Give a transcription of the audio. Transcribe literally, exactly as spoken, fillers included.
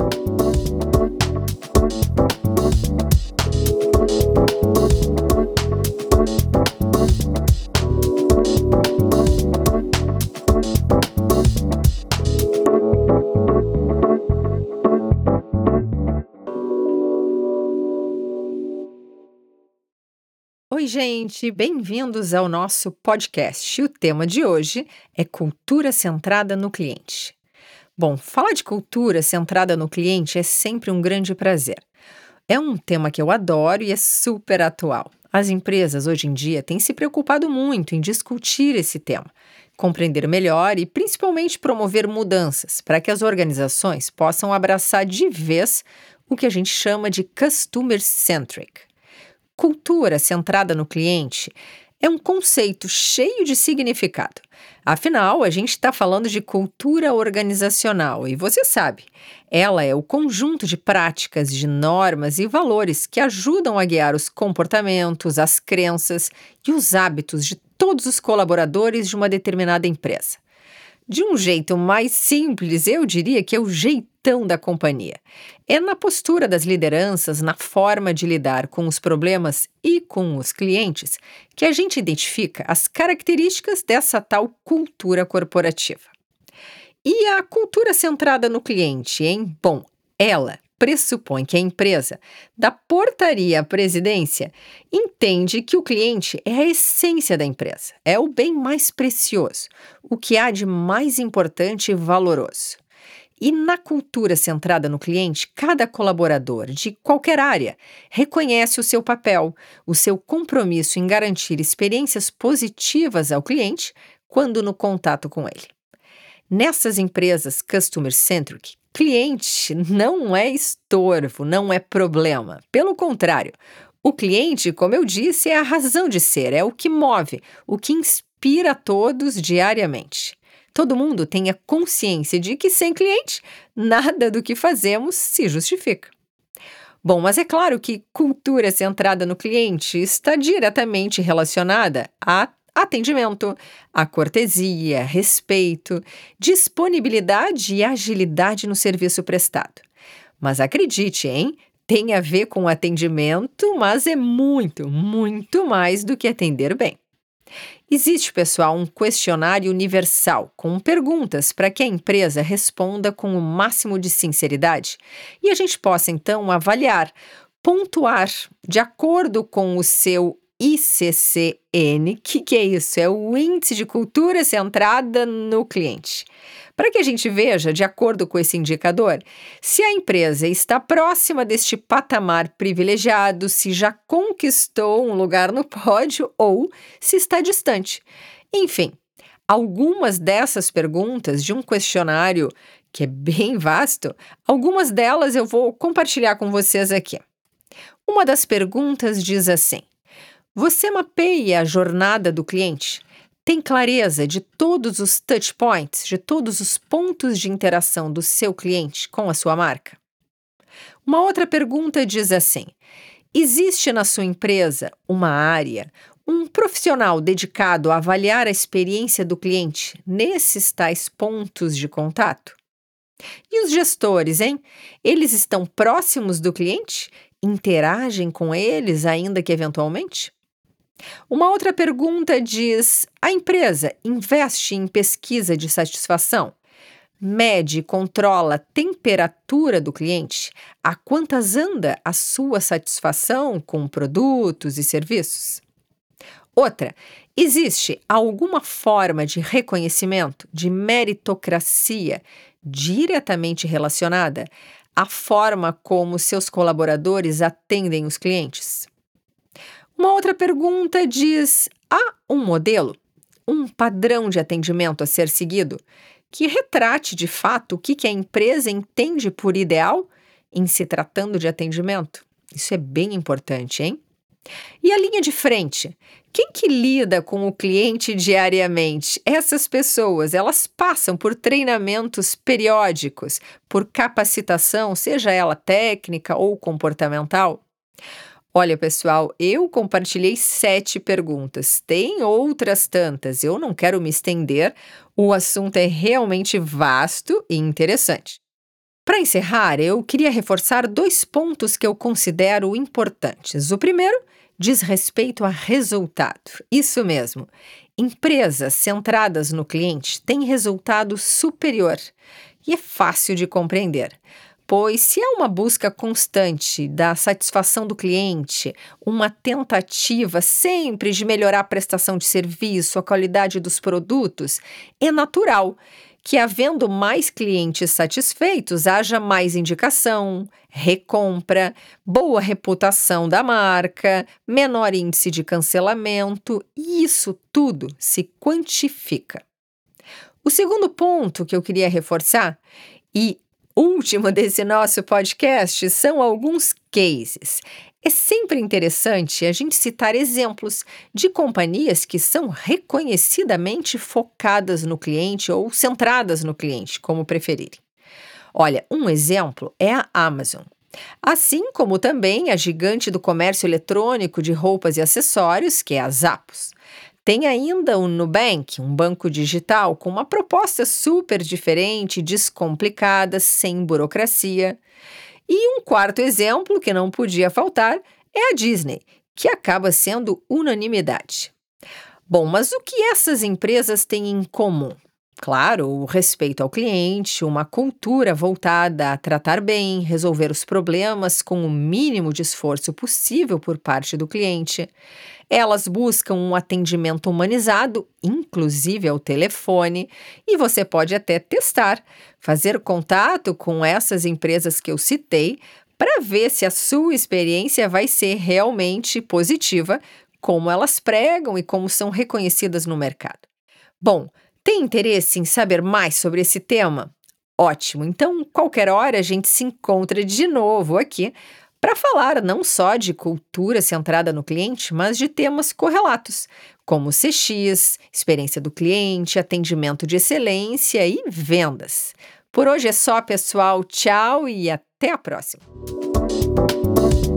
Oi, gente, bem-vindos ao nosso podcast. O tema de hoje é cultura centrada no cliente. Bom, falar de cultura centrada no cliente é sempre um grande prazer. É um tema que eu adoro e é super atual. As empresas hoje em dia têm se preocupado muito em discutir esse tema, compreender melhor e principalmente promover mudanças para que as organizações possam abraçar de vez o que a gente chama de customer-centric. Cultura centrada no cliente é um conceito cheio de significado. Afinal, a gente está falando de cultura organizacional e você sabe, ela é o conjunto de práticas, de normas e valores que ajudam a guiar os comportamentos, as crenças e os hábitos de todos os colaboradores de uma determinada empresa. De um jeito mais simples, eu diria que é o jeitão da companhia. É na postura das lideranças, na forma de lidar com os problemas e com os clientes, que a gente identifica as características dessa tal cultura corporativa. E a cultura centrada no cliente, hein? Bom, ela pressupõe que a empresa, da portaria à presidência, entende que o cliente é a essência da empresa, é o bem mais precioso, o que há de mais importante e valoroso. E na cultura centrada no cliente, cada colaborador, de qualquer área, reconhece o seu papel, o seu compromisso em garantir experiências positivas ao cliente quando no contato com ele. Nessas empresas customer-centric, cliente não é estorvo, não é problema. Pelo contrário, o cliente, como eu disse, é a razão de ser, é o que move, o que inspira todos diariamente. Todo mundo tem a consciência de que sem cliente, nada do que fazemos se justifica. Bom, mas é claro que cultura centrada no cliente está diretamente relacionada a atendimento, a cortesia, respeito, disponibilidade e agilidade no serviço prestado. Mas acredite, hein? Tem a ver com atendimento, mas é muito, muito mais do que atender bem. Existe, pessoal, um questionário universal com perguntas para que a empresa responda com o máximo de sinceridade e a gente possa, então, avaliar, pontuar de acordo com o seu I C C N. O que, que é isso? É o Índice de Cultura Centrada no Cliente. Para que a gente veja, de acordo com esse indicador, se a empresa está próxima deste patamar privilegiado, se já conquistou um lugar no pódio ou se está distante. Enfim, algumas dessas perguntas de um questionário que é bem vasto, algumas delas eu vou compartilhar com vocês aqui. Uma das perguntas diz assim: você mapeia a jornada do cliente? Tem clareza de todos os touch points, de todos os pontos de interação do seu cliente com a sua marca? Uma outra pergunta diz assim: existe na sua empresa uma área, um profissional dedicado a avaliar a experiência do cliente nesses tais pontos de contato? E os gestores, hein? Eles estão próximos do cliente? Interagem com eles, ainda que eventualmente? Uma outra pergunta diz: a empresa investe em pesquisa de satisfação? Mede e controla a temperatura do cliente? A quantas anda a sua satisfação com produtos e serviços? Outra: existe alguma forma de reconhecimento, de meritocracia diretamente relacionada à forma como seus colaboradores atendem os clientes? Uma outra pergunta diz: há um modelo, um padrão de atendimento a ser seguido que retrate de fato o que que a empresa entende por ideal em se tratando de atendimento? Isso é bem importante, hein? E a linha de frente? Quem que lida com o cliente diariamente? Essas pessoas, elas passam por treinamentos periódicos, por capacitação, seja ela técnica ou comportamental? Olha, pessoal, eu compartilhei sete perguntas. Tem outras tantas. Eu não quero me estender. O assunto é realmente vasto e interessante. Para encerrar, eu queria reforçar dois pontos que eu considero importantes. O primeiro diz respeito a resultado. Isso mesmo. Empresas centradas no cliente têm resultado superior e é fácil de compreender. Pois, se há uma busca constante da satisfação do cliente, uma tentativa sempre de melhorar a prestação de serviço, a qualidade dos produtos, é natural que, havendo mais clientes satisfeitos, haja mais indicação, recompra, boa reputação da marca, menor índice de cancelamento, e isso tudo se quantifica. O segundo ponto que eu queria reforçar, e último desse nosso podcast, são alguns cases. É sempre interessante a gente citar exemplos de companhias que são reconhecidamente focadas no cliente ou centradas no cliente, como preferirem. Olha, um exemplo é a Amazon. Assim como também a gigante do comércio eletrônico de roupas e acessórios, que é a Zappos. Tem ainda o Nubank, um banco digital com uma proposta super diferente, descomplicada, sem burocracia. E um quarto exemplo que não podia faltar é a Disney, que acaba sendo unanimidade. Bom, mas o que essas empresas têm em comum? Claro, o respeito ao cliente, uma cultura voltada a tratar bem, resolver os problemas com o mínimo de esforço possível por parte do cliente. Elas buscam um atendimento humanizado, inclusive ao telefone, e você pode até testar, fazer contato com essas empresas que eu citei, para ver se a sua experiência vai ser realmente positiva, como elas pregam e como são reconhecidas no mercado. Bom, tem interesse em saber mais sobre esse tema? Ótimo! Então, qualquer hora a gente se encontra de novo aqui para falar não só de cultura centrada no cliente, mas de temas correlatos, como C X, experiência do cliente, atendimento de excelência e vendas. Por hoje é só, pessoal. Tchau e até a próxima!